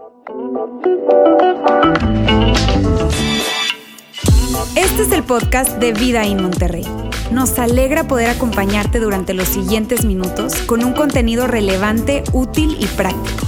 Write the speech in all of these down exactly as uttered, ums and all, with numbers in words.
Este es el podcast de Vida en Monterrey. Nos alegra poder acompañarte durante los siguientes minutos con un contenido relevante, útil y práctico.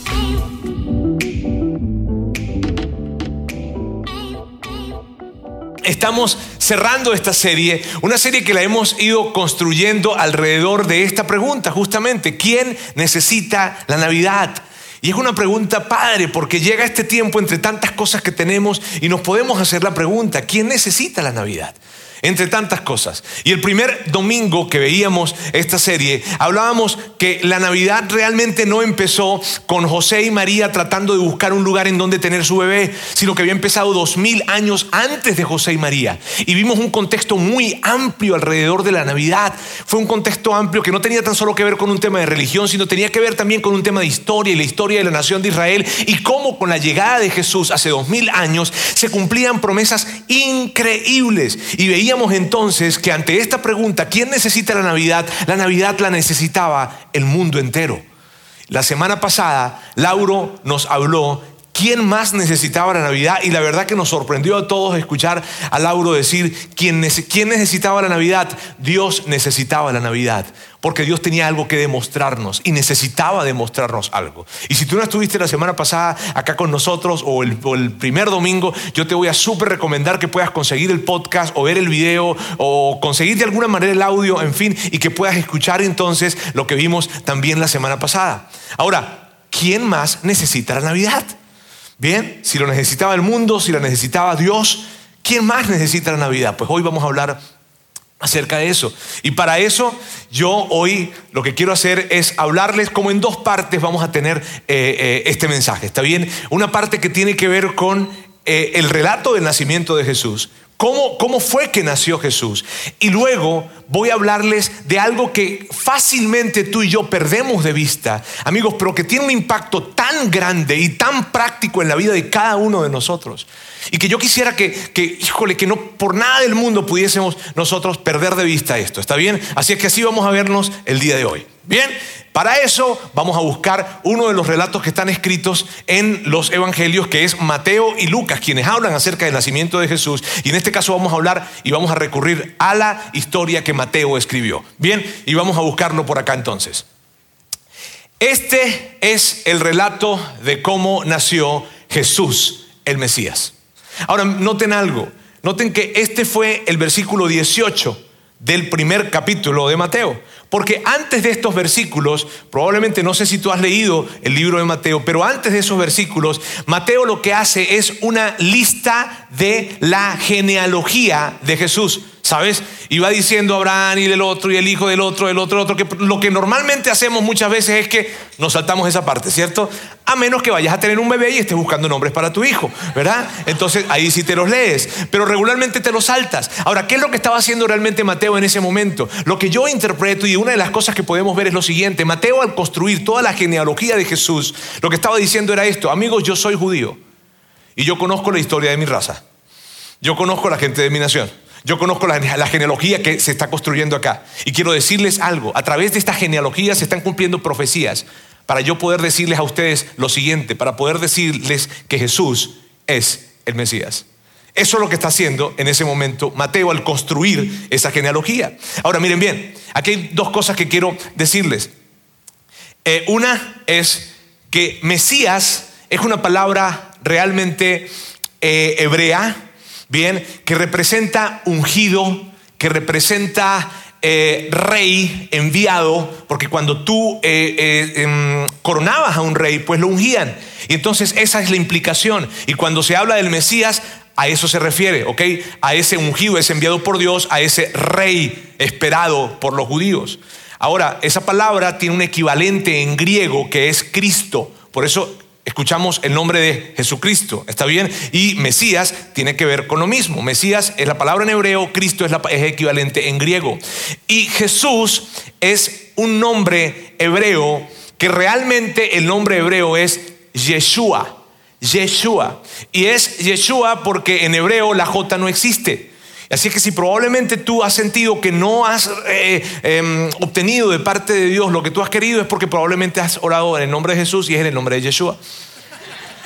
Estamos cerrando esta serie, una serie que la hemos ido construyendo alrededor de esta pregunta, justamente, ¿quién necesita la Navidad? Y es una pregunta padre porque llega este tiempo entre tantas cosas que tenemos y nos podemos hacer la pregunta, ¿quién necesita la Navidad? Entre tantas cosas. Y el primer domingo que veíamos esta serie, hablábamos que la Navidad realmente no empezó con José y María tratando de buscar un lugar en donde tener su bebé, sino que había empezado dos mil años antes de José y María. Y vimos un contexto muy amplio alrededor de la Navidad. Fue un contexto amplio que no tenía tan solo que ver con un tema de religión, sino tenía que ver también con un tema de historia y la historia de la nación de Israel y cómo con la llegada de Jesús hace dos mil años se cumplían promesas increíbles. Y veíamos entonces que ante esta pregunta, ¿quién necesita la Navidad? La Navidad la necesitaba el mundo entero. La semana pasada, Lauro nos habló quién más necesitaba la Navidad y la verdad que nos sorprendió a todos escuchar a Lauro decir ¿quién, quién necesitaba la Navidad? Dios necesitaba la Navidad porque Dios tenía algo que demostrarnos y necesitaba demostrarnos algo. Y si tú no estuviste la semana pasada acá con nosotros o el, o el primer domingo, yo te voy a súper recomendar que puedas conseguir el podcast o ver el video o conseguir de alguna manera el audio, en fin, y que puedas escuchar entonces lo que vimos también la semana pasada. Ahora, ¿quién más necesita la Navidad? Bien, si lo necesitaba el mundo, si la necesitaba Dios, ¿quién más necesita la Navidad? Pues hoy vamos a hablar acerca de eso. Y para eso yo hoy lo que quiero hacer es hablarles como en dos partes vamos a tener eh, eh, este mensaje. ¿Está bien? Una parte que tiene que ver con eh, el relato del nacimiento de Jesús. ¿Cómo, ¿Cómo fue que nació Jesús? Y luego voy a hablarles de algo que fácilmente tú y yo perdemos de vista, amigos, pero que tiene un impacto tan grande y tan práctico en la vida de cada uno de nosotros. Y que yo quisiera que, que, híjole, que no por nada del mundo pudiésemos nosotros perder de vista esto. ¿Está bien? Así es que así vamos a vernos el día de hoy. Bien, para eso vamos a buscar uno de los relatos que están escritos en los evangelios, que es Mateo y Lucas, quienes hablan acerca del nacimiento de Jesús. Y en este caso vamos a hablar y vamos a recurrir a la historia que Mateo escribió. Bien, y vamos a buscarlo por acá entonces. Este es el relato de cómo nació Jesús, el Mesías. Ahora, noten algo. Noten que este fue el versículo dieciocho del primer capítulo de Mateo. Porque antes de estos versículos, probablemente no sé si tú has leído el libro de Mateo, pero antes de esos versículos, Mateo lo que hace es una lista de la genealogía de Jesús. ¿Sabes? Y va diciendo Abraham y del otro y el hijo del otro, del otro, del otro, que lo que normalmente hacemos muchas veces es que nos saltamos esa parte, ¿cierto? A menos que vayas a tener un bebé y estés buscando nombres para tu hijo, ¿verdad? Entonces ahí sí te los lees, pero regularmente te los saltas. Ahora, ¿qué es lo que estaba haciendo realmente Mateo en ese momento? Lo que yo interpreto y una de las cosas que podemos ver es lo siguiente. Mateo, al construir toda la genealogía de Jesús, lo que estaba diciendo era esto: amigos, yo soy judío y yo conozco la historia de mi raza. Yo conozco a la gente de mi nación. Yo conozco la, la genealogía que se está construyendo acá. Y quiero decirles algo. A través de esta genealogía se están cumpliendo profecías para yo poder decirles a ustedes lo siguiente, para poder decirles que Jesús es el Mesías. Eso es lo que está haciendo en ese momento Mateo al construir esa genealogía. Ahora miren bien, aquí hay dos cosas que quiero decirles. Eh, una es que Mesías es una palabra realmente eh, hebrea, bien, que representa ungido, que representa eh, rey enviado, porque cuando tú eh, eh, eh, coronabas a un rey, pues lo ungían. Y entonces esa es la implicación. Y cuando se habla del Mesías, a eso se refiere, ¿ok? A ese ungido, ese enviado por Dios, a ese rey esperado por los judíos. Ahora, esa palabra tiene un equivalente en griego que es Cristo. Por eso escuchamos el nombre de Jesucristo, ¿está bien? Y Mesías tiene que ver con lo mismo. Mesías es la palabra en hebreo, Cristo es, la, es equivalente en griego. Y Jesús es un nombre hebreo que realmente el nombre hebreo es Yeshua. Yeshua. Y es Yeshua porque en hebreo la J no existe. Así que si probablemente tú has sentido que no has eh, eh, obtenido de parte de Dios lo que tú has querido, es porque probablemente has orado en el nombre de Jesús y es en el nombre de Yeshua.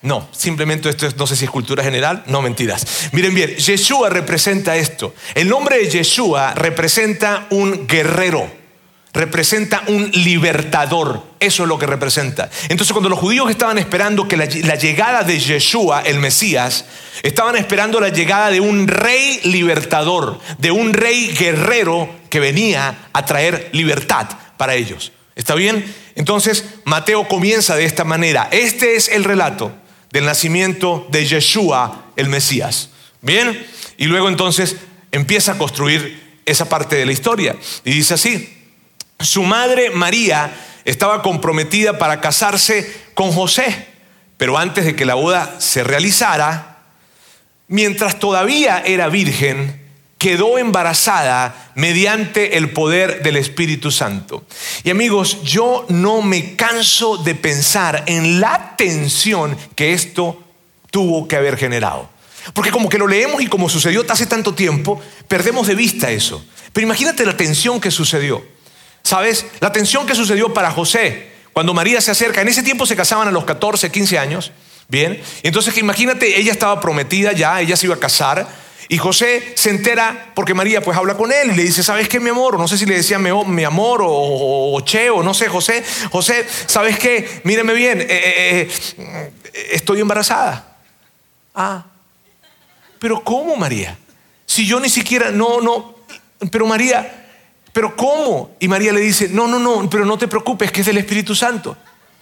No, simplemente esto es, no sé si es cultura general, no, mentiras. Miren bien, Yeshua representa esto. El nombre de Yeshua representa un guerrero, representa un libertador. Eso es lo que representa. Entonces, cuando los judíos estaban esperando que la, la llegada de Yeshua, el Mesías, estaban esperando la llegada de un rey libertador, de un rey guerrero que venía a traer libertad para ellos. ¿Está bien? Entonces, Mateo comienza de esta manera. Este es el relato del nacimiento de Yeshua, el Mesías. ¿Bien? Y luego entonces empieza a construir esa parte de la historia. Y dice así: su madre María estaba comprometida para casarse con José, pero antes de que la boda se realizara, mientras todavía era virgen, quedó embarazada mediante el poder del Espíritu Santo. Y amigos, yo no me canso de pensar en la tensión que esto tuvo que haber generado. Porque como que lo leemos y como sucedió hace tanto tiempo, perdemos de vista eso. Pero imagínate la tensión que sucedió. ¿Sabes? La tensión que sucedió para José cuando María se acerca. En ese tiempo se casaban a los catorce, quince años. Bien. Entonces imagínate, ella estaba prometida ya, ella se iba a casar. Y José se entera porque María pues habla con él y le dice: ¿sabes qué, mi amor? No sé si le decía mi, mi amor o, o, o che o no sé, José. José, ¿sabes qué? Míreme bien, eh, eh, eh, estoy embarazada. Ah, pero ¿cómo, María? Si yo ni siquiera, no, no, pero María, ¿pero cómo? Y María le dice: no, no, no, pero no te preocupes, que es del Espíritu Santo.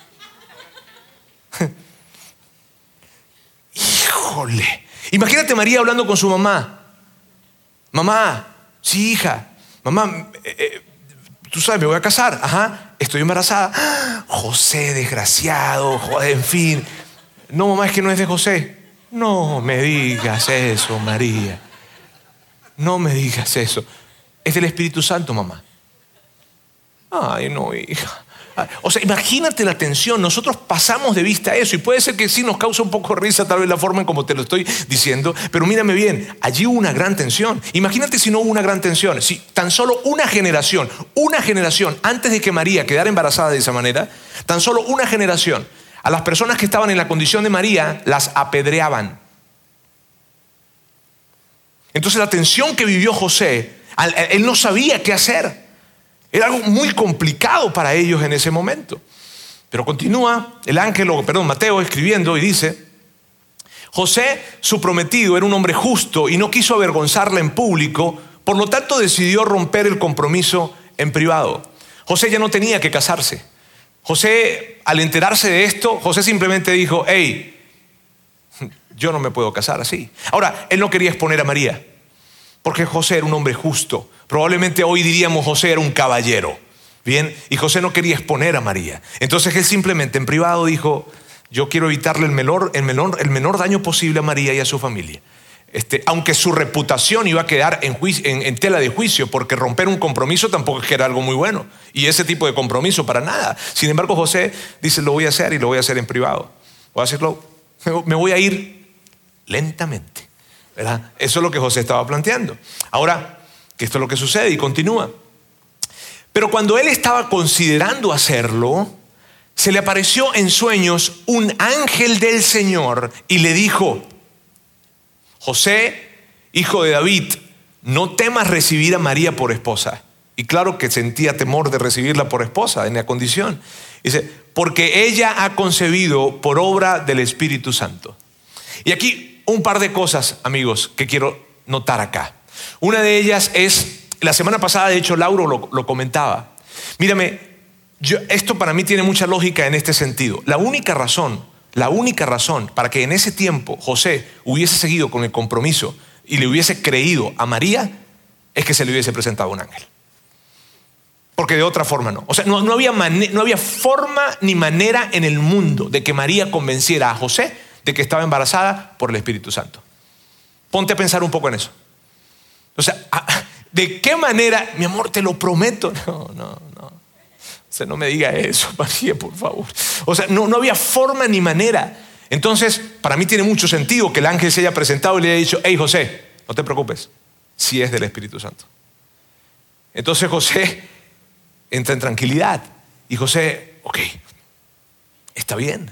Híjole. Imagínate María hablando con su mamá. Mamá, sí, hija. Mamá, eh, eh, tú sabes, me voy a casar. Ajá, estoy embarazada. ¡Ah! José, desgraciado, joder, en fin. No, mamá, es que no es de José. No me digas eso, María. No me digas eso. Es del Espíritu Santo, mamá. Ay, no, hija. O sea, imagínate la tensión. Nosotros pasamos de vista eso y puede ser que sí nos causa un poco de risa tal vez la forma en como te lo estoy diciendo, pero mírame bien, allí hubo una gran tensión. Imagínate si no hubo una gran tensión, si tan solo una generación, una generación antes de que María quedara embarazada de esa manera, tan solo una generación, a las personas que estaban en la condición de María las apedreaban. Entonces la tensión que vivió José, él no sabía qué hacer. Era algo muy complicado para ellos en ese momento. Pero continúa el ángel, o, perdón, Mateo escribiendo y dice: José, su prometido, era un hombre justo y no quiso avergonzarla en público, por lo tanto decidió romper el compromiso en privado. José ya no tenía que casarse. José, al enterarse de esto, José simplemente dijo: hey, yo no me puedo casar así. Ahora, él no quería exponer a María, porque José era un hombre justo. Probablemente hoy diríamos José era un caballero. Bien, y José no quería exponer a María. Entonces él simplemente en privado dijo: yo quiero evitarle el menor, el menor, el menor daño posible a María y a su familia. Este, aunque su reputación iba a quedar en, juicio, en, en tela de juicio, porque romper un compromiso tampoco es que era algo muy bueno. Y ese tipo de compromiso para nada. Sin embargo, José dice: lo voy a hacer y lo voy a hacer en privado. Voy a hacerlo, me voy a ir lentamente. ¿Verdad? Eso es lo que José estaba planteando. Ahora, que esto es lo que sucede y continúa. Pero cuando él estaba considerando hacerlo, se le apareció en sueños un ángel del Señor y le dijo: José, hijo de David, no temas recibir a María por esposa. Y claro que sentía temor de recibirla por esposa en la condición. Dice: porque ella ha concebido por obra del Espíritu Santo. Y aquí un par de cosas, amigos, que quiero notar acá. Una de ellas es, la semana pasada de hecho Lauro lo, lo comentaba. Mírame, yo, esto para mí tiene mucha lógica en este sentido. La única razón, la única razón para que en ese tiempo José hubiese seguido con el compromiso y le hubiese creído a María es que se le hubiese presentado un ángel. Porque de otra forma no. O sea, no, no, había mane- no había forma ni manera en el mundo de que María convenciera a José de que estaba embarazada por el Espíritu Santo. Ponte a pensar un poco en eso. O sea, ¿de qué manera? Mi amor, te lo prometo. No, no, no. O sea, no me diga eso, María, por favor. O sea, no, no había forma ni manera. Entonces, para mí tiene mucho sentido que el ángel se haya presentado y le haya dicho: hey, José, no te preocupes, si es del Espíritu Santo. Entonces José entra en tranquilidad. Y José, ok, está bien.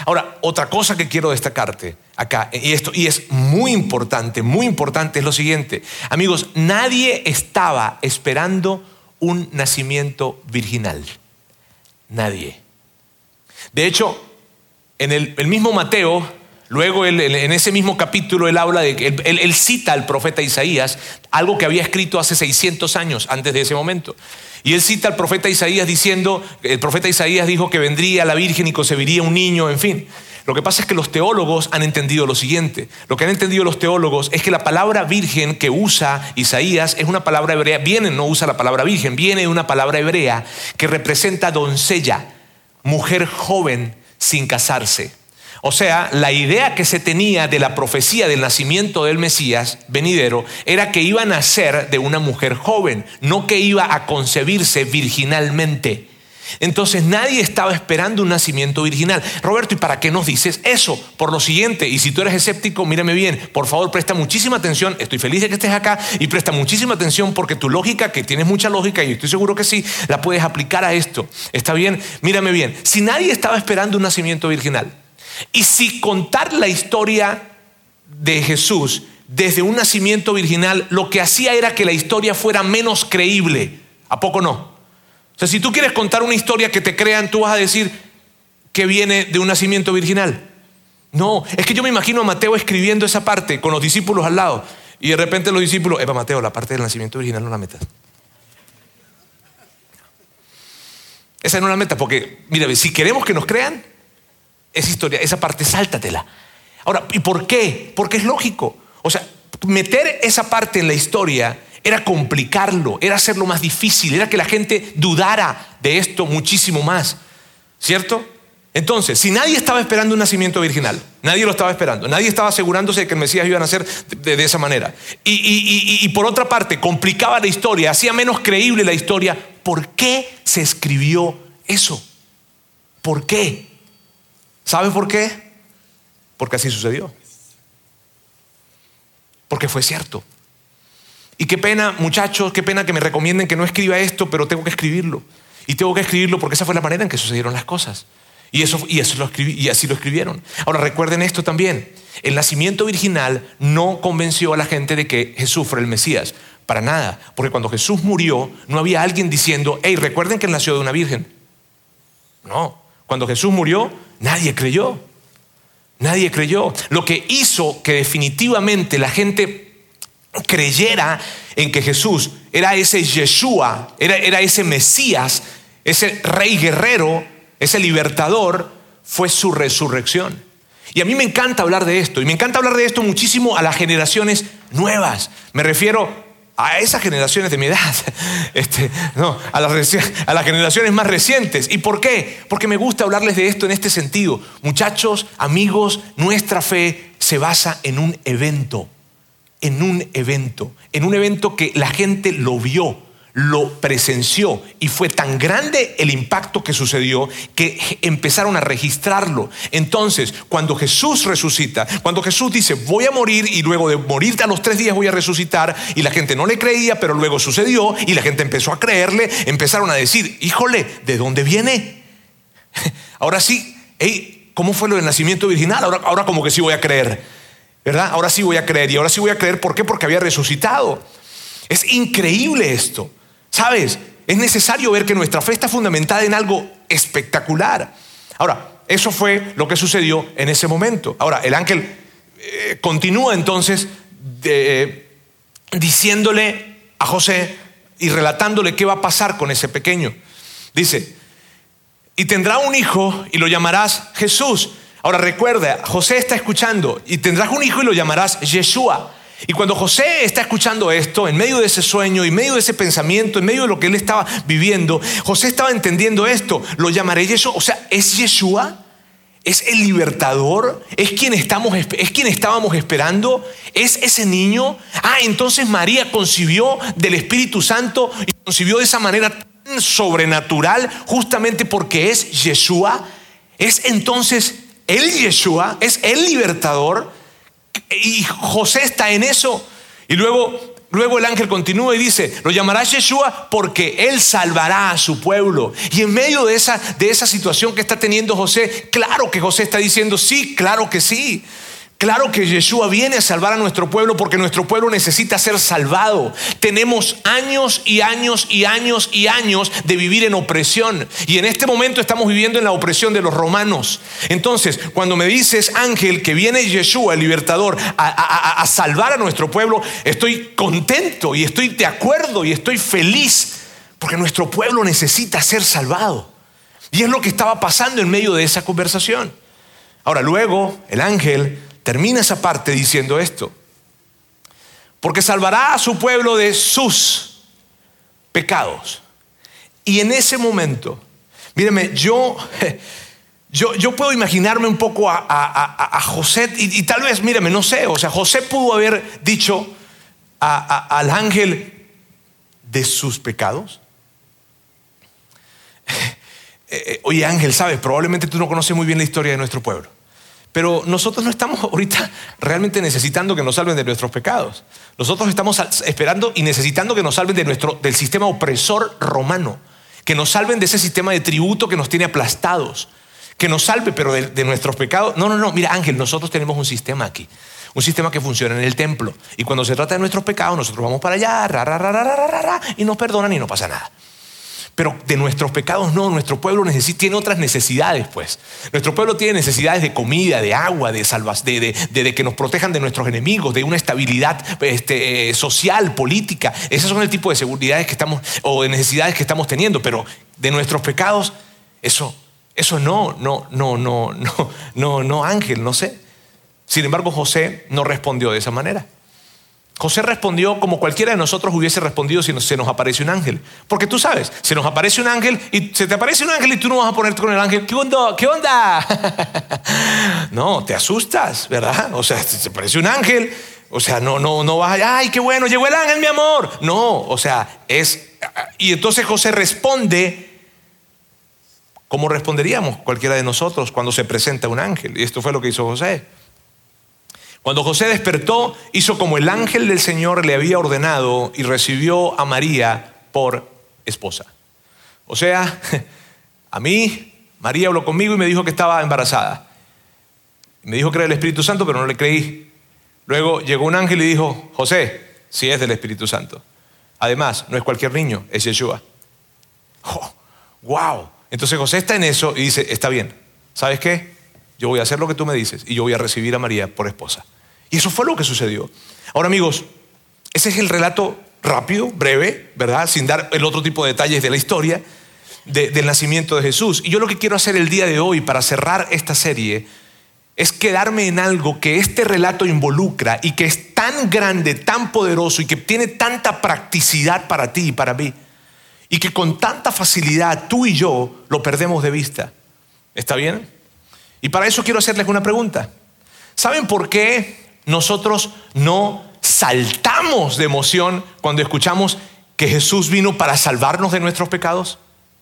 Ahora, otra cosa que quiero destacarte acá, y esto y es muy importante, muy importante, es lo siguiente. Amigos, nadie estaba esperando un nacimiento virginal. Nadie. De hecho, en el, el mismo Mateo, luego él, en ese mismo capítulo, él habla de que él, él, él cita al profeta Isaías, algo que había escrito hace seiscientos años antes de ese momento. Y él cita al profeta Isaías diciendo, el profeta Isaías dijo que vendría la virgen y concebiría un niño, en fin. Lo que pasa es que los teólogos han entendido lo siguiente. Lo que han entendido los teólogos es que la palabra virgen que usa Isaías es una palabra hebrea. Viene, no usa la palabra virgen, viene de una palabra hebrea que representa doncella, mujer joven sin casarse. O sea, la idea que se tenía de la profecía del nacimiento del Mesías venidero era que iba a nacer de una mujer joven, no que iba a concebirse virginalmente. Entonces nadie estaba esperando un nacimiento virginal. Roberto, ¿y para qué nos dices eso? Por lo siguiente, y si tú eres escéptico, mírame bien, por favor, presta muchísima atención. Estoy feliz de que estés acá y presta muchísima atención porque tu lógica, que tienes mucha lógica y estoy seguro que sí, la puedes aplicar a esto. ¿Está bien? Mírame bien. Si nadie estaba esperando un nacimiento virginal, y si contar la historia de Jesús desde un nacimiento virginal, lo que hacía era que la historia fuera menos creíble, ¿a poco no? O sea, si tú quieres contar una historia que te crean, tú vas a decir que viene de un nacimiento virginal. No, es que yo me imagino a Mateo escribiendo esa parte con los discípulos al lado y de repente los discípulos, Eva, Mateo, la parte del nacimiento virginal no la metas. Esa no la metas porque, mira, si queremos que nos crean, esa historia, esa parte, sáltatela. Ahora, ¿y por qué? Porque es lógico. O sea, meter esa parte en la historia era complicarlo, era hacerlo más difícil, era que la gente dudara de esto muchísimo más, ¿cierto? Entonces, si nadie estaba esperando un nacimiento virginal, nadie lo estaba esperando, nadie estaba asegurándose de que el Mesías iba a nacer de, de, de esa manera. Y, y, y, y por otra parte, complicaba la historia, hacía menos creíble la historia. ¿Por qué se escribió eso? ¿Por qué? ¿Sabe por qué? Porque así sucedió. Porque fue cierto. Y qué pena, muchachos, qué pena que me recomienden que no escriba esto, pero tengo que escribirlo. Y tengo que escribirlo porque esa fue la manera en que sucedieron las cosas. Y, eso, y, eso lo escribí, y así lo escribieron. Ahora recuerden esto también. El nacimiento virginal no convenció a la gente de que Jesús fuera el Mesías. Para nada. Porque cuando Jesús murió, no había alguien diciendo, hey, recuerden que él nació de una virgen. No. Cuando Jesús murió, nadie creyó. Nadie creyó. Lo que hizo que definitivamente la gente creyera en que Jesús era ese Yeshua, era, era ese Mesías, ese rey guerrero, ese libertador, fue su resurrección. Y a mí me encanta hablar de esto, y me encanta hablar de esto muchísimo a las generaciones nuevas. Me refiero a esas generaciones de mi edad, este, no, a las, a las generaciones más recientes. ¿Y por qué? Porque me gusta hablarles de esto en este sentido. Muchachos, amigos, nuestra fe se basa en un evento, en un evento, en un evento que la gente lo vio, lo presenció, y fue tan grande el impacto que sucedió que empezaron a registrarlo. Entonces, cuando Jesús resucita, cuando Jesús dice voy a morir y luego de morir a los tres días voy a resucitar, y la gente no le creía, pero luego sucedió y la gente empezó a creerle, empezaron a decir, híjole, ¿de dónde viene? Ahora sí, hey, ¿cómo fue lo del nacimiento virginal? Ahora, ahora como que sí voy a creer, ¿verdad? Ahora sí voy a creer, y ahora sí voy a creer, ¿por qué? Porque había resucitado. Es increíble esto. ¿Sabes? Es necesario ver que nuestra fe está fundamentada en algo espectacular. Ahora, eso fue lo que sucedió en ese momento. Ahora, el ángel eh, continúa entonces de, eh, diciéndole a José y relatándole qué va a pasar con ese pequeño. Dice, y tendrá un hijo y lo llamarás Jesús. Ahora recuerda, José está escuchando, y tendrás un hijo y lo llamarás Yeshua. Y cuando José está escuchando esto, en medio de ese sueño, en medio de ese pensamiento, en medio de lo que él estaba viviendo, José estaba entendiendo esto. Lo llamaré Yeshua. O sea, ¿es Yeshua? ¿Es el libertador? ¿Es quien, estamos, ¿Es quien estábamos esperando? ¿Es ese niño? Ah, entonces María concibió del Espíritu Santo y concibió de esa manera tan sobrenatural justamente porque es Yeshua. ¿Es entonces el Yeshua? ¿Es el libertador? Y José está en eso. Y luego Luego el ángel continúa y dice, lo llamarás Yeshua porque él salvará a su pueblo. Y en medio de esa, de esa situación que está teniendo José, claro que José está diciendo, sí, claro que sí. Claro que Yeshua viene a salvar a nuestro pueblo porque nuestro pueblo necesita ser salvado. Tenemos años y años y años y años de vivir en opresión. Y en este momento estamos viviendo en la opresión de los romanos. Entonces, cuando me dices, ángel, que viene Yeshua, el libertador, a, a, a salvar a nuestro pueblo, estoy contento y estoy de acuerdo y estoy feliz porque nuestro pueblo necesita ser salvado. Y es lo que estaba pasando en medio de esa conversación. Ahora, luego, el ángel termina esa parte diciendo esto: porque salvará a su pueblo de sus pecados. Y en ese momento, míreme, yo, yo, yo puedo imaginarme un poco a, a, a, a José y, y tal vez, míreme, no sé, o sea, José pudo haber dicho a, a, al ángel de sus pecados. Eh, oye, ángel, sabes, probablemente tú no conoces muy bien la historia de nuestro pueblo. Pero nosotros no estamos ahorita realmente necesitando que nos salven de nuestros pecados. Nosotros estamos esperando y necesitando que nos salven de nuestro, del sistema opresor romano. Que nos salven de ese sistema de tributo que nos tiene aplastados. Que nos salve, pero de, de nuestros pecados. No, no, no. Mira, ángel, nosotros tenemos un sistema aquí. Un sistema que funciona en el templo. Y cuando se trata de nuestros pecados, nosotros vamos para allá, ra, ra, ra, ra, ra, ra, ra, y nos perdonan y no pasa nada. Pero de nuestros pecados no, nuestro pueblo necesita, tiene otras necesidades, pues. Nuestro pueblo tiene necesidades de comida, de agua, de, salvas, de, de, de, de que nos protejan de nuestros enemigos, de una estabilidad este, eh, social, política. Esas son el tipo de seguridades que estamos, o de necesidades que estamos teniendo. Pero de nuestros pecados, eso, eso no, no, no, no, no, no, no, ángel, no sé. Sin embargo, José no respondió de esa manera. José respondió como cualquiera de nosotros hubiese respondido si se nos aparece un ángel. Porque tú sabes, se nos aparece un ángel y se te aparece un ángel y tú no vas a ponerte con el ángel. ¿Qué onda? ¿Qué onda? No, te asustas, ¿verdad? O sea, si te aparece un ángel, o sea, no, no, no vas a, ay, qué bueno, llegó el ángel, mi amor. No, o sea, es... Y entonces José responde como responderíamos cualquiera de nosotros cuando se presenta un ángel. Y esto fue lo que hizo José. Cuando José despertó, hizo como el ángel del Señor le había ordenado y recibió a María por esposa. O sea, a mí, María habló conmigo y me dijo que estaba embarazada. Me dijo que era el Espíritu Santo, pero no le creí. Luego llegó un ángel y dijo, José, sí es del Espíritu Santo. Además, no es cualquier niño, es Yeshua. Oh, wow. Entonces José está en eso y dice, está bien, ¿sabes qué? Yo voy a hacer lo que tú me dices y yo voy a recibir a María por esposa. Y eso fue lo que sucedió. Ahora, amigos, ese es el relato rápido, breve, ¿verdad? Sin dar el otro tipo de detalles de la historia de, del nacimiento de Jesús. Y yo lo que quiero hacer el día de hoy para cerrar esta serie es quedarme en algo que este relato involucra y que es tan grande, tan poderoso y que tiene tanta practicidad para ti y para mí. Y que con tanta facilidad tú y yo lo perdemos de vista. ¿Está bien? Y para eso quiero hacerles una pregunta. ¿Saben por qué nosotros no saltamos de emoción cuando escuchamos que Jesús vino para salvarnos de nuestros pecados?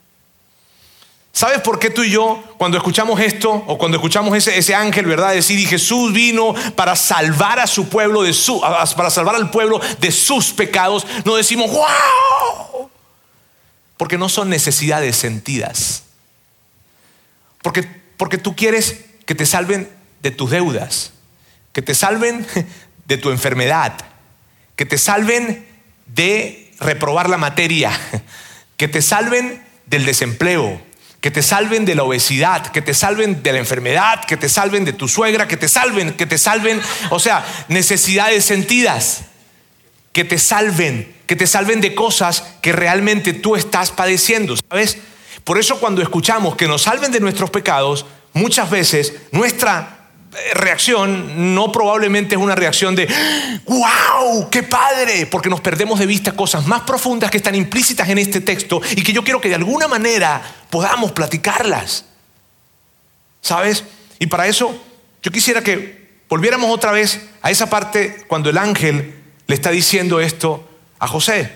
¿Sabes por qué tú y yo cuando escuchamos esto o cuando escuchamos ese, ese ángel, verdad, decir y Jesús vino para salvar a su pueblo de su, para salvar al pueblo de sus pecados, no decimos ¡wow! Porque no son necesidades sentidas. Porque, porque tú quieres que te salven de tus deudas, que te salven de tu enfermedad, que te salven de reprobar la materia, que te salven del desempleo, que te salven de la obesidad, que te salven de la enfermedad, que te salven de tu suegra, que te salven, que te salven, o sea, necesidades sentidas, que te salven, que te salven de cosas que realmente tú estás padeciendo, ¿sabes? Por eso cuando escuchamos que nos salven de nuestros pecados, muchas veces nuestra reacción no probablemente es una reacción de ¡wow! ¡Qué padre! Porque nos perdemos de vista cosas más profundas que están implícitas en este texto y que yo quiero que de alguna manera podamos platicarlas. ¿Sabes? Y para eso yo quisiera que volviéramos otra vez a esa parte cuando el ángel le está diciendo esto a José.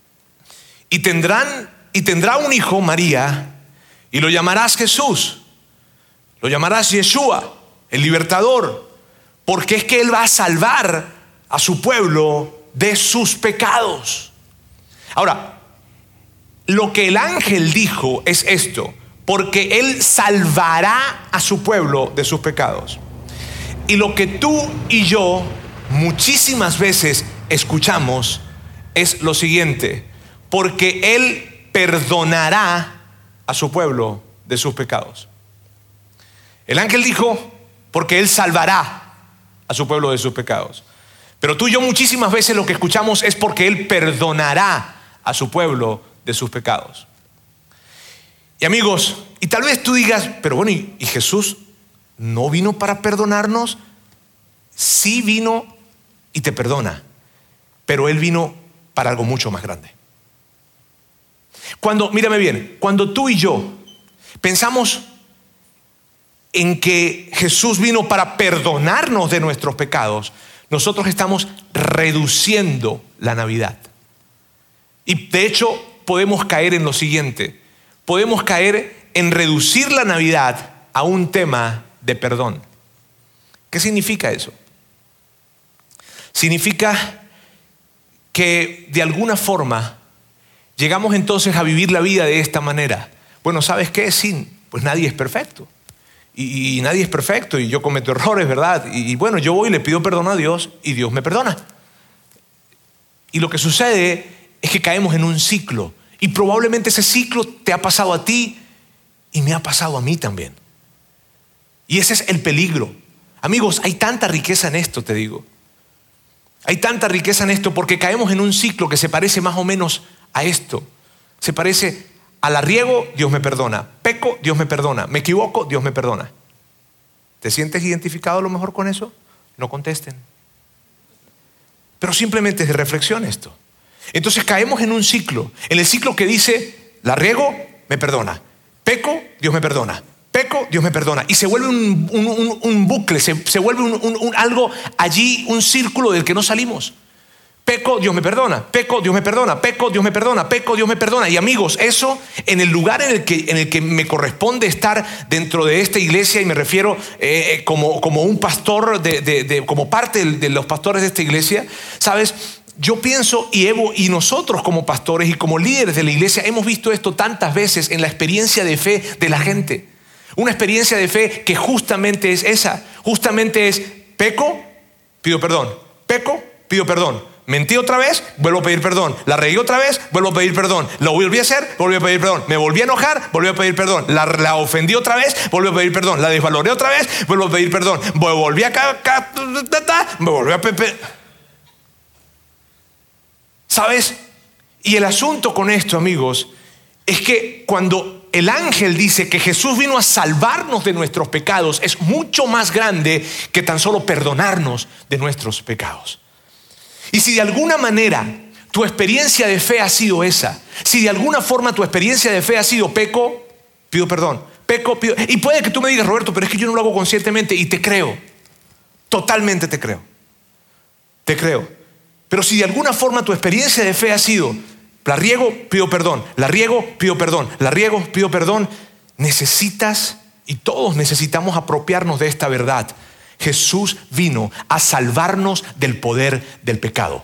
Y tendrán, y tendrá un hijo, María, y lo llamarás Jesús. Lo llamarás Yeshua, el libertador, porque es que Él va a salvar a su pueblo de sus pecados. Ahora, lo que el ángel dijo es esto: porque Él salvará a su pueblo de sus pecados. Y lo que tú y yo muchísimas veces escuchamos es lo siguiente: porque Él perdonará a su pueblo de sus pecados. El ángel dijo: porque Él salvará a su pueblo de sus pecados. Pero tú y yo muchísimas veces lo que escuchamos es porque Él perdonará a su pueblo de sus pecados. Y amigos, y tal vez tú digas, pero bueno, ¿y, y Jesús no vino para perdonarnos? Sí vino y te perdona, pero Él vino para algo mucho más grande. Cuando, mírame bien, cuando tú y yo pensamos en que Jesús vino para perdonarnos de nuestros pecados, nosotros estamos reduciendo la Navidad. Y de hecho podemos caer en lo siguiente: podemos caer en reducir la Navidad a un tema de perdón. ¿Qué significa eso? Significa que de alguna forma llegamos entonces a vivir la vida de esta manera. Bueno, ¿sabes qué? Sí, pues nadie es perfecto. Y, y nadie es perfecto y yo cometo errores, ¿verdad? Y, y bueno, yo voy y le pido perdón a Dios y Dios me perdona. Y lo que sucede es que caemos en un ciclo. Y probablemente ese ciclo te ha pasado a ti y me ha pasado a mí también. Y ese es el peligro. Amigos, hay tanta riqueza en esto, te digo. Hay tanta riqueza en esto porque caemos en un ciclo que se parece más o menos a esto. Se parece a la riego, Dios me perdona. Peco, Dios me perdona. Me equivoco, Dios me perdona. ¿Te sientes identificado a lo mejor con eso? No contesten. Pero simplemente es de reflexión esto. Entonces caemos en un ciclo. En el ciclo que dice, la riego, me perdona. Peco, Dios me perdona. Peco, Dios me perdona. Y se vuelve un, un, un, un bucle, se, se vuelve un, un, un, algo allí, un círculo del que no salimos. Peco, Dios me perdona. Peco, Dios me perdona. Peco, Dios me perdona. Peco, Dios me perdona. Y amigos, eso en el lugar en el que, en el que me corresponde estar dentro de esta iglesia, y me refiero eh, como, como un pastor, de, de, de, como parte de, de los pastores de esta iglesia, ¿sabes? Yo pienso y Evo y nosotros como pastores y como líderes de la iglesia hemos visto esto tantas veces en la experiencia de fe de la gente. Una experiencia de fe que justamente es esa. Justamente es: peco, pido perdón. Peco, pido perdón. Mentí otra vez, vuelvo a pedir perdón. La regué otra vez, vuelvo a pedir perdón. Lo volví a hacer, volví a pedir perdón. Me volví a enojar, volví a pedir perdón. La, la ofendí otra vez, volví a pedir perdón. La desvaloré otra vez, vuelvo a pedir perdón. Me volví a acá, me volví a pedir. ¿Sabes? Y el asunto con esto, amigos, es que cuando el ángel dice que Jesús vino a salvarnos de nuestros pecados, es mucho más grande que tan solo perdonarnos de nuestros pecados. Y si de alguna manera tu experiencia de fe ha sido esa, si de alguna forma tu experiencia de fe ha sido peco, pido perdón, peco, pido... Y puede que tú me digas, Roberto, pero es que yo no lo hago conscientemente, y te creo, totalmente te creo, te creo. Pero si de alguna forma tu experiencia de fe ha sido, la riego, pido perdón, la riego, pido perdón, la riego, pido perdón, necesitas, y todos necesitamos apropiarnos de esta verdad. Jesús vino a salvarnos del poder del pecado,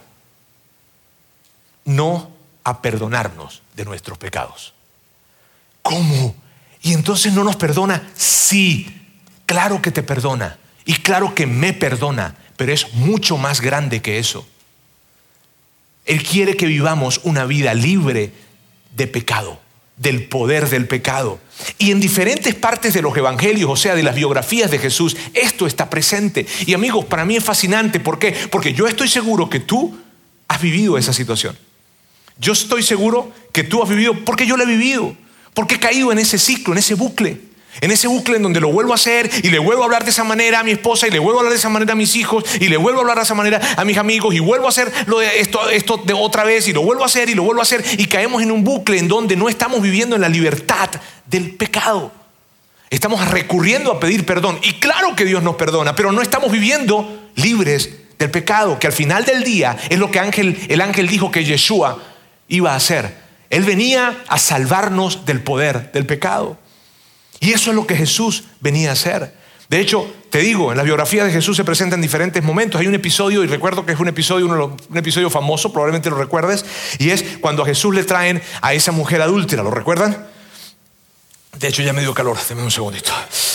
no a perdonarnos de nuestros pecados. ¿Cómo? ¿Y entonces no nos perdona? Sí, claro que te perdona y claro que me perdona, pero es mucho más grande que eso. Él quiere que vivamos una vida libre de pecado, del poder del pecado. Y en diferentes partes de los evangelios, o sea, de las biografías de Jesús, esto está presente. Y amigos, para mí es fascinante. ¿Por qué? Porque yo estoy seguro que tú has vivido esa situación. Yo estoy seguro que tú has vivido, porque yo lo he vivido, porque he caído en ese ciclo, en ese bucle. En ese bucle en donde lo vuelvo a hacer y le vuelvo a hablar de esa manera a mi esposa, y le vuelvo a hablar de esa manera a mis hijos, y le vuelvo a hablar de esa manera a mis amigos, y vuelvo a hacer lo de esto, esto de otra vez, y lo vuelvo a hacer y lo vuelvo a hacer, y caemos en un bucle en donde no estamos viviendo en la libertad del pecado. Estamos recurriendo a pedir perdón, y claro que Dios nos perdona, pero no estamos viviendo libres del pecado, que al final del día es lo que ángel, el ángel dijo que Yeshua iba a hacer. Él venía a salvarnos del poder del pecado. Y eso es lo que Jesús venía a hacer. De hecho, te digo, en la biografía de Jesús se presentan diferentes momentos. Hay un episodio, y recuerdo que es un episodio, uno, un episodio famoso, probablemente lo recuerdes, y es cuando a Jesús le traen a esa mujer adúltera. ¿Lo recuerdan? De hecho, ya me dio calor. Deme un segundito.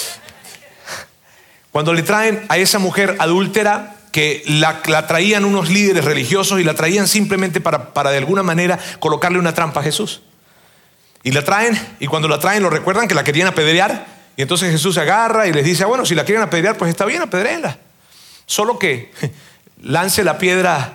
Cuando le traen a esa mujer adúltera, que la, la traían unos líderes religiosos y la traían simplemente para, para de alguna manera colocarle una trampa a Jesús. Y la traen, y cuando la traen, ¿lo recuerdan? Que la querían apedrear. Y entonces Jesús se agarra y les dice, bueno, si la quieren apedrear, pues está bien, apedréenla. Solo que lance la piedra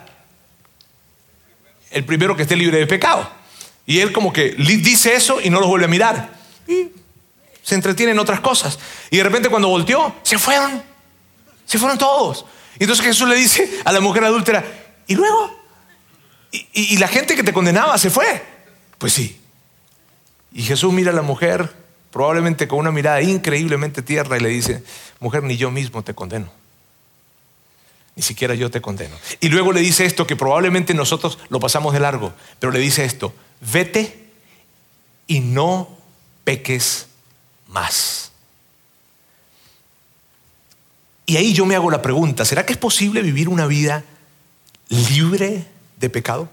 el primero que esté libre de pecado. Y él como que dice eso y no los vuelve a mirar. Y se entretiene en otras cosas. Y de repente cuando volteó, se fueron. Se fueron todos. Y entonces Jesús le dice a la mujer adúltera, ¿y luego? ¿Y, y, y la gente que te condenaba se fue? Pues sí. Y Jesús mira a la mujer, probablemente con una mirada increíblemente tierna, y le dice, mujer, ni yo mismo te condeno. Ni siquiera yo te condeno. Y luego le dice esto que probablemente nosotros lo pasamos de largo, pero le dice esto, vete y no peques más. Y ahí yo me hago la pregunta, ¿será que es posible vivir una vida libre de pecado?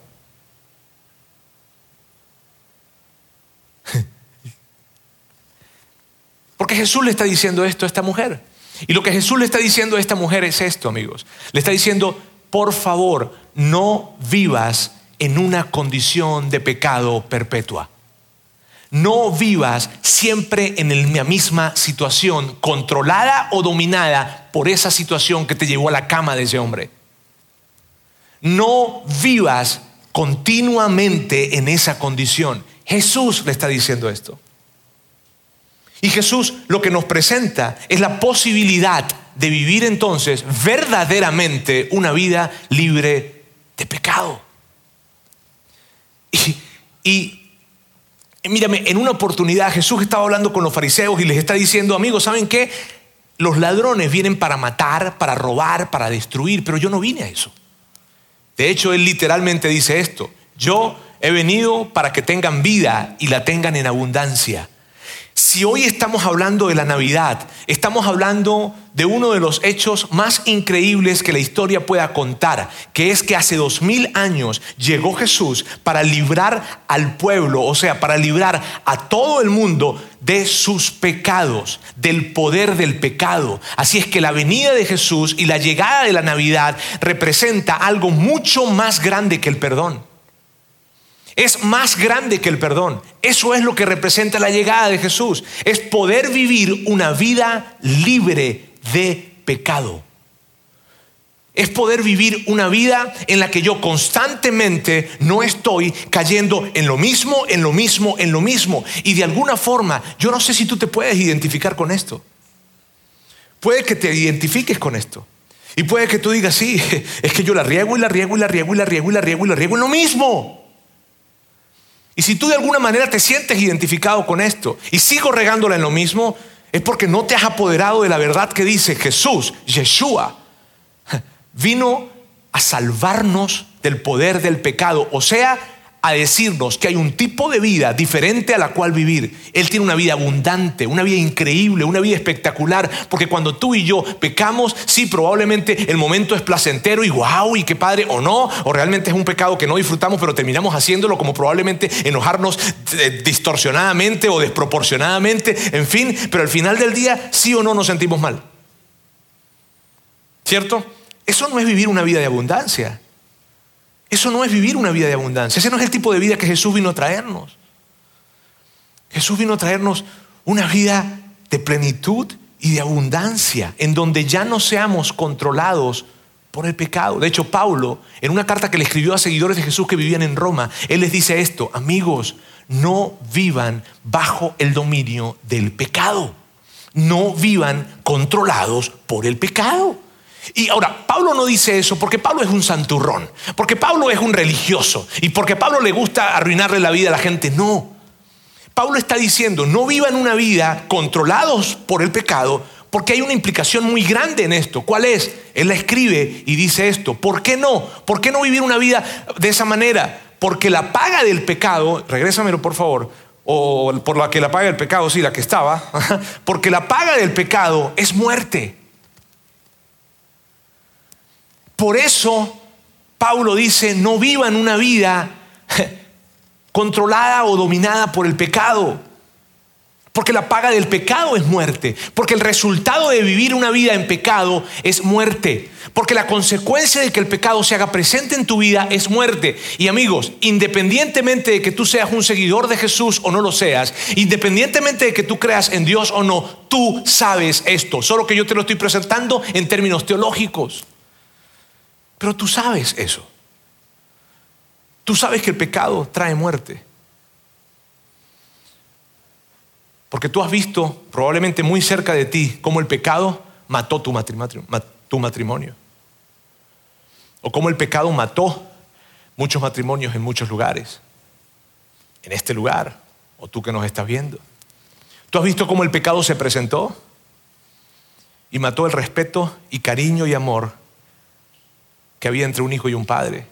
Porque Jesús le está diciendo esto a esta mujer. Y lo que Jesús le está diciendo a esta mujer es esto, amigos. Le está diciendo, por favor, no vivas en una condición de pecado perpetua. No vivas siempre en la misma situación, controlada o dominada por esa situación que te llevó a la cama de ese hombre. No vivas continuamente en esa condición. Jesús le está diciendo esto. Y Jesús lo que nos presenta es la posibilidad de vivir entonces verdaderamente una vida libre de pecado. Y, y mírame, en una oportunidad Jesús estaba hablando con los fariseos y les está diciendo, amigos, ¿saben qué? Los ladrones vienen para matar, para robar, para destruir, pero yo no vine a eso. De hecho, él literalmente dice esto, yo he venido para que tengan vida y la tengan en abundancia. Si hoy estamos hablando de la Navidad, estamos hablando de uno de los hechos más increíbles que la historia pueda contar, que es que hace dos mil años llegó Jesús para librar al pueblo, o sea, para librar a todo el mundo de sus pecados, del poder del pecado. Así es que la venida de Jesús y la llegada de la Navidad representa algo mucho más grande que el perdón. Es más grande que el perdón. Eso es lo que representa la llegada de Jesús. Es poder vivir una vida libre de pecado. Es poder vivir una vida en la que yo constantemente no estoy cayendo en lo mismo, en lo mismo, en lo mismo. Y de alguna forma, yo no sé si tú te puedes identificar con esto. Puede que te identifiques con esto. Y puede que tú digas, sí, es que yo la riego y la riego y la riego y la riego y la riego y la riego en lo mismo. Y si tú de alguna manera te sientes identificado con esto y sigo regándola en lo mismo, es porque no te has apoderado de la verdad que dice Jesús, Yeshua, vino a salvarnos del poder del pecado, o sea, a decirnos que hay un tipo de vida diferente a la cual vivir. Él tiene una vida abundante, una vida increíble, una vida espectacular, porque cuando tú y yo pecamos, sí, probablemente el momento es placentero y wow, y qué padre, o no, o realmente es un pecado que no disfrutamos, pero terminamos haciéndolo, como probablemente enojarnos distorsionadamente o desproporcionadamente, en fin, pero al final del día, sí o no nos sentimos mal. ¿Cierto? Eso no es vivir una vida de abundancia. Eso no es vivir una vida de abundancia. Ese no es el tipo de vida que Jesús vino a traernos. Jesús vino a traernos una vida de plenitud y de abundancia, en donde ya no seamos controlados por el pecado. De hecho, Pablo, en una carta que le escribió a seguidores de Jesús que vivían en Roma, él les dice esto: amigos, no vivan bajo el dominio del pecado. No vivan controlados por el pecado. Y ahora, Pablo no dice eso porque Pablo es un santurrón, porque Pablo es un religioso y porque Pablo le gusta arruinarle la vida a la gente. No. Pablo está diciendo, no vivan una vida controlados por el pecado, porque hay una implicación muy grande en esto. ¿Cuál es? Él la escribe y dice esto. ¿Por qué no? ¿Por qué no vivir una vida de esa manera? Porque la paga del pecado, regrésamelo por favor, o por la que la paga del pecado, sí, la que estaba, porque la paga del pecado es muerte. Por eso Pablo dice, no vivan una vida controlada o dominada por el pecado, porque la paga del pecado es muerte, porque el resultado de vivir una vida en pecado es muerte, porque la consecuencia de que el pecado se haga presente en tu vida es muerte. Y amigos, independientemente de que tú seas un seguidor de Jesús o no lo seas, independientemente de que tú creas en Dios o no, tú sabes esto, solo que yo te lo estoy presentando en términos teológicos. Pero tú sabes eso. Tú sabes que el pecado trae muerte. Porque tú has visto probablemente muy cerca de ti cómo el pecado mató tu matrimonio, tu matrimonio. O cómo el pecado mató muchos matrimonios en muchos lugares. En este lugar, o tú que nos estás viendo. Tú has visto cómo el pecado se presentó y mató el respeto y cariño y amor que había entre un hijo y un padre.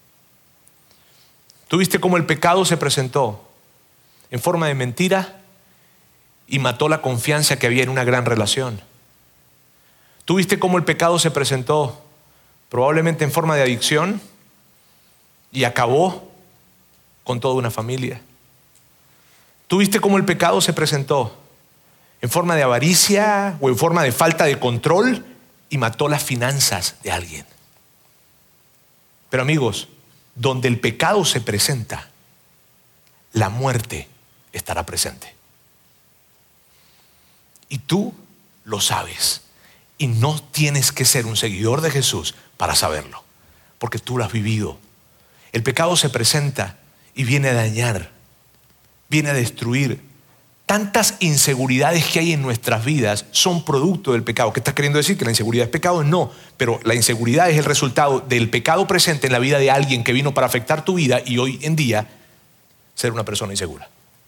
Tú viste cómo el pecado se presentó en forma de mentira y mató la confianza que había en una gran relación. Tú viste cómo el pecado se presentó probablemente en forma de adicción y acabó con toda una familia. Tú viste cómo el pecado se presentó en forma de avaricia o en forma de falta de control y mató las finanzas de alguien. Pero amigos, donde el pecado se presenta, la muerte estará presente. Y tú lo sabes. Y no tienes que ser un seguidor de Jesús para saberlo, porque tú lo has vivido. El pecado se presenta y viene a dañar, viene a destruir. Tantas inseguridades que hay en nuestras vidas son producto del pecado. ¿Qué estás queriendo decir? ¿Que la inseguridad es pecado? No, pero la inseguridad es el resultado del pecado presente en la vida de alguien que vino para afectar tu vida y hoy en día ser una persona insegura.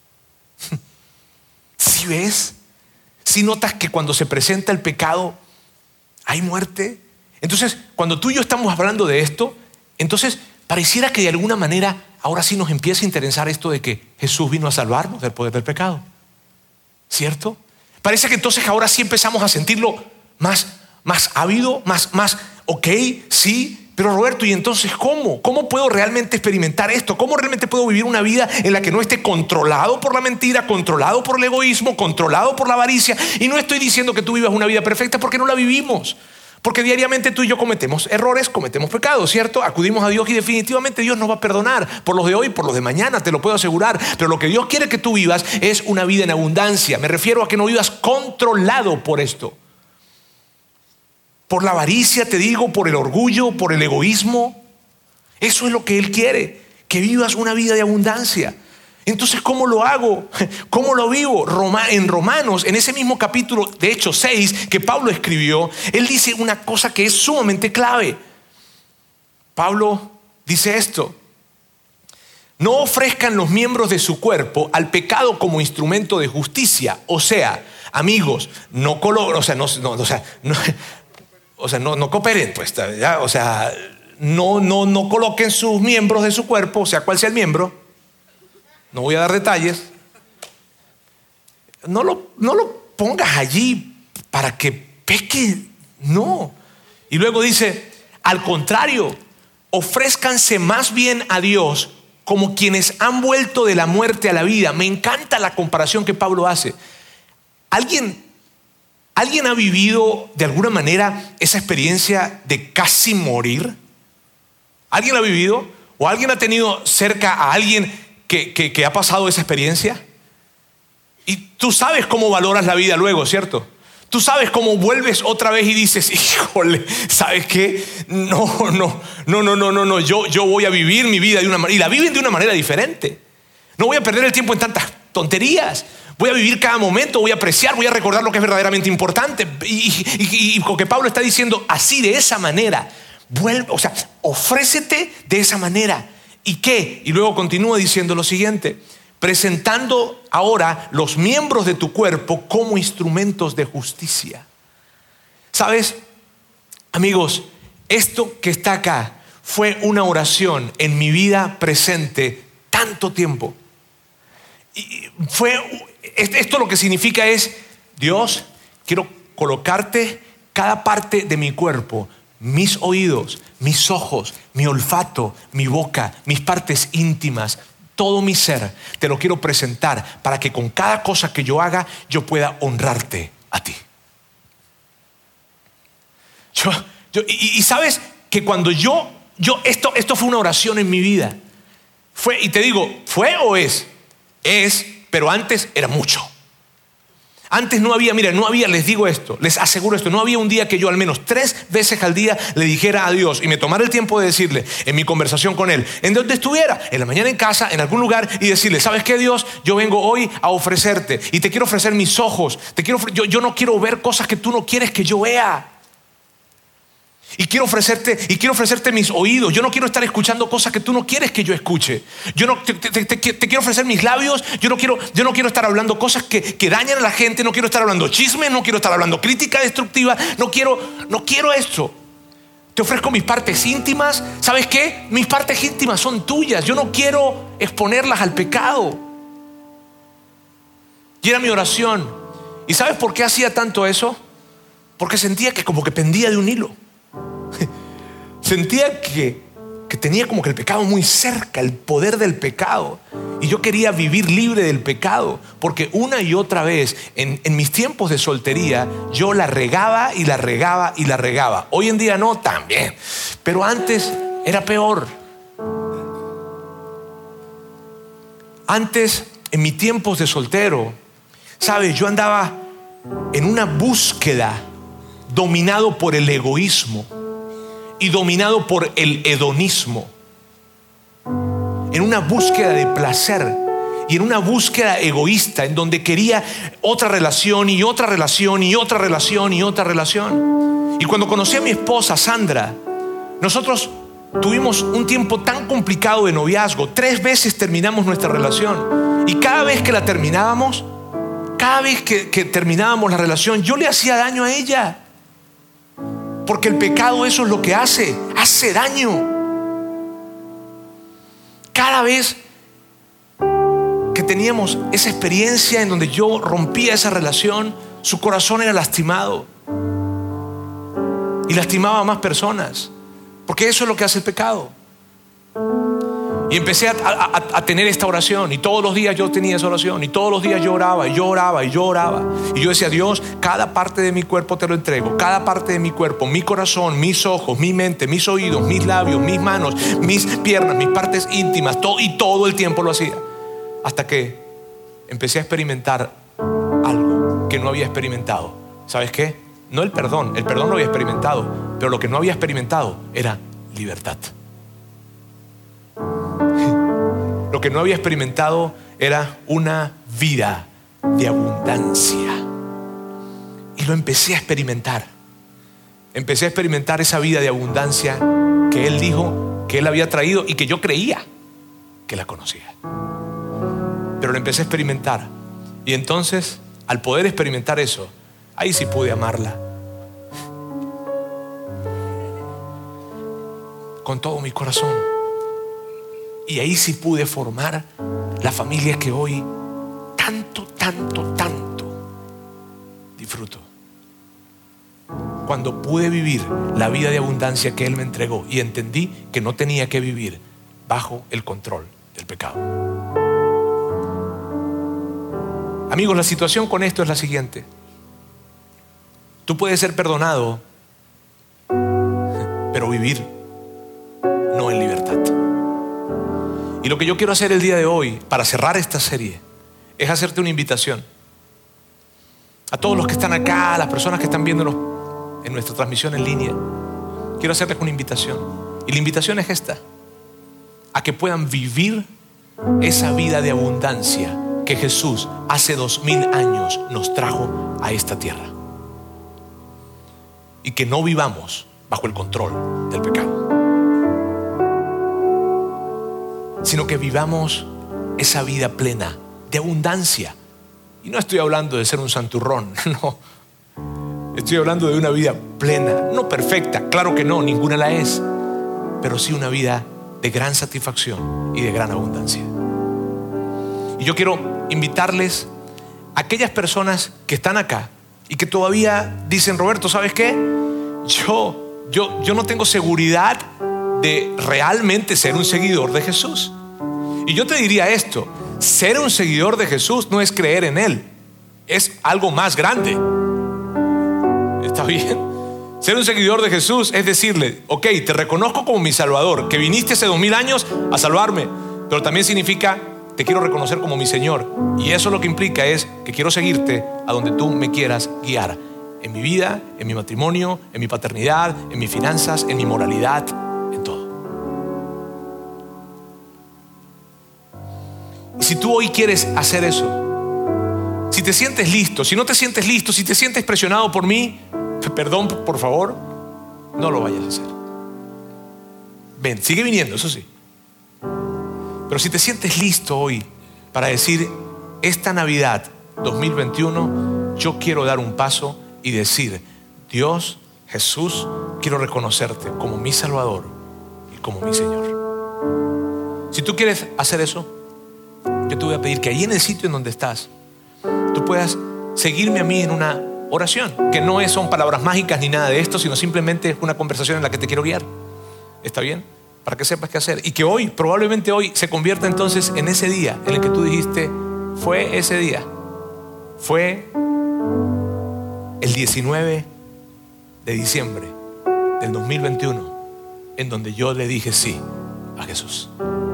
¿Sí ves? ¿Sí notas que cuando se presenta el pecado hay muerte? Entonces, cuando tú y yo estamos hablando de esto, entonces pareciera que de alguna manera ahora sí nos empieza a interesar esto de que Jesús vino a salvarnos del poder del pecado. ¿Cierto? Parece que entonces ahora sí empezamos a sentirlo más, más ávido, más, más, ok, sí. Pero Roberto, ¿y entonces cómo? ¿Cómo puedo realmente experimentar esto? ¿Cómo realmente puedo vivir una vida en la que no esté controlado por la mentira, controlado por el egoísmo, controlado por la avaricia? Y no estoy diciendo que tú vivas una vida perfecta porque no la vivimos. Porque diariamente tú y yo cometemos errores, cometemos pecados, ¿cierto? Acudimos a Dios y definitivamente Dios nos va a perdonar por los de hoy, por los de mañana, te lo puedo asegurar. Pero lo que Dios quiere que tú vivas es una vida en abundancia. Me refiero a que no vivas controlado por esto. Por la avaricia, te digo, por el orgullo, por el egoísmo. Eso es lo que Él quiere, que vivas una vida de abundancia. Entonces, ¿cómo lo hago? ¿Cómo lo vivo? Roma, en Romanos, en ese mismo capítulo, de hecho seis, que Pablo escribió, él dice una cosa que es sumamente clave. Pablo dice esto: no ofrezcan los miembros de su cuerpo al pecado como instrumento de justicia. O sea, amigos, no colo, o sea, no, no, o sea, no, o sea, no, no cooperen, pues, ¿ya? O sea, no, no, no coloquen sus miembros de su cuerpo, o sea, cual sea el miembro. No voy a dar detalles. No lo, no lo pongas allí para que peque. No. Y luego dice, al contrario, ofrézcanse más bien a Dios como quienes han vuelto de la muerte a la vida. Me encanta la comparación que Pablo hace. ¿Alguien, ¿Alguien ha vivido de alguna manera esa experiencia de casi morir? ¿Alguien la ha vivido? ¿O alguien ha tenido cerca a alguien Que, que, que ha pasado esa experiencia? Y tú sabes cómo valoras la vida luego, ¿cierto? Tú sabes cómo vuelves otra vez y dices, híjole, ¿sabes qué? No, no, no, no, no, no, no. Yo, yo voy a vivir mi vida de una manera, y la viven de una manera diferente. No voy a perder el tiempo en tantas tonterías. Voy a vivir cada momento, voy a apreciar, voy a recordar lo que es verdaderamente importante. Y, y, y, y lo que Pablo está diciendo, así, de esa manera, vuelve, o sea, ofrécete de esa manera. ¿Y qué? Y luego continúa diciendo lo siguiente: presentando ahora los miembros de tu cuerpo como instrumentos de justicia. ¿Sabes? Amigos, esto que está acá fue una oración en mi vida presente tanto tiempo. Y fue, esto lo que significa es, Dios, quiero colocarte cada parte de mi cuerpo, mis oídos, mis ojos, mi olfato, mi boca, mis partes íntimas, todo mi ser, te lo quiero presentar para que con cada cosa que yo haga, yo pueda honrarte a ti. Yo, yo, y, y sabes que cuando yo, yo esto, esto fue una oración en mi vida. Fue, y te digo, ¿fue o es? Es, pero antes era mucho. Antes no había, mira, no había, les digo esto, les aseguro esto, no había un día que yo al menos tres veces al día le dijera a Dios y me tomara el tiempo de decirle en mi conversación con Él, en donde estuviera, en la mañana en casa, en algún lugar, y decirle, ¿sabes qué, Dios? Yo vengo hoy a ofrecerte y te quiero ofrecer mis ojos, te quiero, yo, yo no quiero ver cosas que tú no quieres que yo vea. Y quiero ofrecerte, y quiero ofrecerte mis oídos. Yo no quiero estar escuchando cosas que tú no quieres que yo escuche. Yo no te, te, te, te quiero ofrecer mis labios. Yo no quiero, yo no quiero estar hablando cosas que, que dañan a la gente. No quiero estar hablando chismes. No quiero estar hablando crítica destructiva. No quiero, no quiero esto. Te ofrezco mis partes íntimas. ¿Sabes qué? Mis partes íntimas son tuyas. Yo no quiero exponerlas al pecado. Y era mi oración. ¿Y sabes por qué hacía tanto eso? Porque sentía que como que pendía de un hilo. Sentía que, que tenía como que el pecado muy cerca, el poder del pecado. Y yo quería vivir libre del pecado. Porque una y otra vez, en, en mis tiempos de soltería, yo la regaba y la regaba y la regaba. Hoy en día no, también. Pero antes era peor. Antes, en mis tiempos de soltero, ¿sabes? Yo andaba en una búsqueda dominado por el egoísmo y dominado por el hedonismo, en una búsqueda de placer y en una búsqueda egoísta en donde quería otra relación y otra relación y otra relación y otra relación. Y cuando conocí a mi esposa Sandra, nosotros tuvimos un tiempo tan complicado de noviazgo. Tres veces terminamos nuestra relación y cada vez que la terminábamos, cada vez que, que terminábamos la relación, yo le hacía daño a ella. Porque el pecado eso es lo que hace, hace daño. Cada vez que teníamos esa experiencia en donde yo rompía esa relación, su corazón era lastimado y lastimaba a más personas, porque eso es lo que hace el pecado. Y empecé a, a, a tener esta oración, y todos los días yo tenía esa oración, y todos los días yo oraba y yo oraba y yo oraba, y yo decía, Dios, cada parte de mi cuerpo te lo entrego, cada parte de mi cuerpo, mi corazón, mis ojos, mi mente, mis oídos, mis labios, mis manos, mis piernas, mis partes íntimas, todo, y todo el tiempo lo hacía, hasta que empecé a experimentar algo que no había experimentado. ¿Sabes qué? No el perdón, el perdón lo había experimentado, pero lo que no había experimentado era libertad. Lo que no había experimentado era una vida de abundancia. Y lo empecé a experimentar. Empecé a experimentar esa vida de abundancia que Él dijo que Él había traído y que yo creía que la conocía. Pero lo empecé a experimentar. Y entonces, al poder experimentar eso, ahí sí pude amarla. Con todo mi corazón. Y ahí sí pude formar la familia que hoy tanto, tanto, tanto disfruto. Cuando pude vivir la vida de abundancia que Él me entregó y entendí que no tenía que vivir bajo el control del pecado. Amigos, la situación con esto es la siguiente. Tú puedes ser perdonado, pero vivir no en libertad. Y lo que yo quiero hacer el día de hoy, para cerrar esta serie, es hacerte una invitación. A todos los que están acá, a las personas que están viéndonos en nuestra transmisión en línea, quiero hacerles una invitación. Y la invitación es esta: a que puedan vivir esa vida de abundancia que Jesús hace dos mil años nos trajo a esta tierra. Y que no vivamos bajo el control del pecado, sino que vivamos esa vida plena de abundancia. Y no estoy hablando de ser un santurrón, no. Estoy hablando de una vida plena, no perfecta, claro que no, ninguna la es, pero sí una vida de gran satisfacción y de gran abundancia. Y yo quiero invitarles a aquellas personas que están acá y que todavía dicen, Roberto, ¿sabes qué? Yo, yo, yo no tengo seguridad de realmente ser un seguidor de Jesús. Y yo te diría esto: ser un seguidor de Jesús no es creer en Él, es algo más grande. ¿Está bien? Ser un seguidor de Jesús es decirle, ok, te reconozco como mi Salvador, que viniste hace dos mil años a salvarme, pero también significa, te quiero reconocer como mi Señor. Y eso lo que implica es que quiero seguirte a donde tú me quieras guiar, en mi vida, en mi matrimonio, en mi paternidad, en mis finanzas, en mi moralidad, en todo. Y si tú hoy quieres hacer eso, si te sientes listo, si no te sientes listo, si te sientes presionado por mí, perdón, por favor, no lo vayas a hacer. Ven, sigue viniendo, eso sí. Pero si te sientes listo hoy para decir, esta Navidad dos mil veintiuno, yo quiero dar un paso y decir, Dios, Jesús, quiero reconocerte como mi Salvador y como mi Señor. Si tú quieres hacer eso, yo te voy a pedir que ahí en el sitio en donde estás, tú puedas seguirme a mí en una oración, que no es, son palabras mágicas ni nada de esto, sino simplemente es una conversación en la que te quiero guiar. ¿Está bien? Para que sepas qué hacer. Y que hoy, probablemente hoy, se convierta entonces en ese día en el que tú dijiste, fue ese día. Fue el diecinueve de diciembre del dos mil veintiuno, en donde yo le dije sí a Jesús.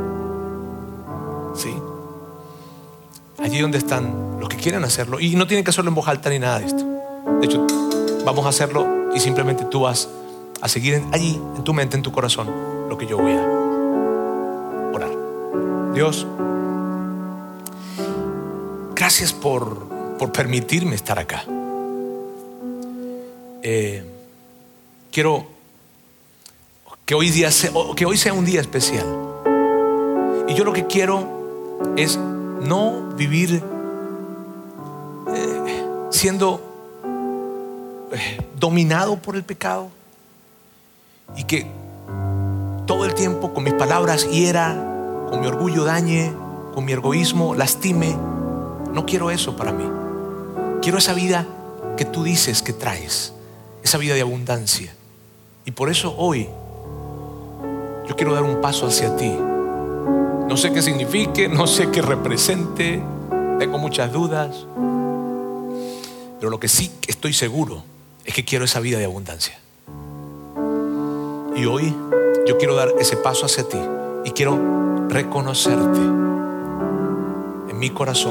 ¿Sí? Allí donde están los que quieren hacerlo, y no tienen que hacerlo en voz alta ni nada de esto. De hecho, vamos a hacerlo y simplemente tú vas a seguir allí, en tu mente, en tu corazón, lo que yo voy a orar. Dios, gracias por, por permitirme estar acá. Eh, quiero que hoy, día sea, que hoy sea un día especial. Y yo lo que quiero es no vivir eh, siendo eh, dominado por el pecado, y que todo el tiempo con mis palabras hiera, con mi orgullo dañe, con mi egoísmo lastime. No quiero eso para mí. Quiero esa vida que tú dices que traes, esa vida de abundancia. Y por eso hoy yo quiero dar un paso hacia ti. No sé qué signifique, no sé qué represente, tengo muchas dudas, pero lo que sí estoy seguro es que quiero esa vida de abundancia. Y hoy yo quiero dar ese paso hacia ti y quiero reconocerte en mi corazón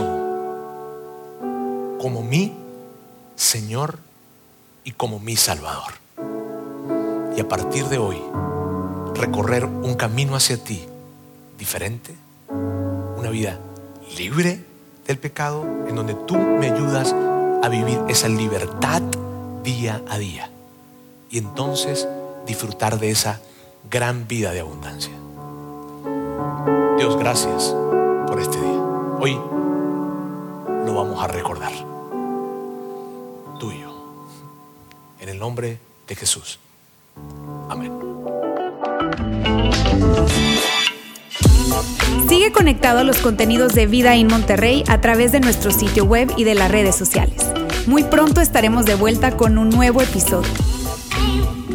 como mi Señor y como mi Salvador. Y a partir de hoy recorrer un camino hacia ti diferente, una vida libre del pecado, en donde tú me ayudas a vivir esa libertad día a día, y entonces disfrutar de esa gran vida de abundancia. Dios, gracias por este día. Hoy lo vamos a recordar, tú y yo, en el nombre de Jesús. Amén. Sigue conectado a los contenidos de Vida In Monterrey a través de nuestro sitio web y de las redes sociales. Muy pronto estaremos de vuelta con un nuevo episodio.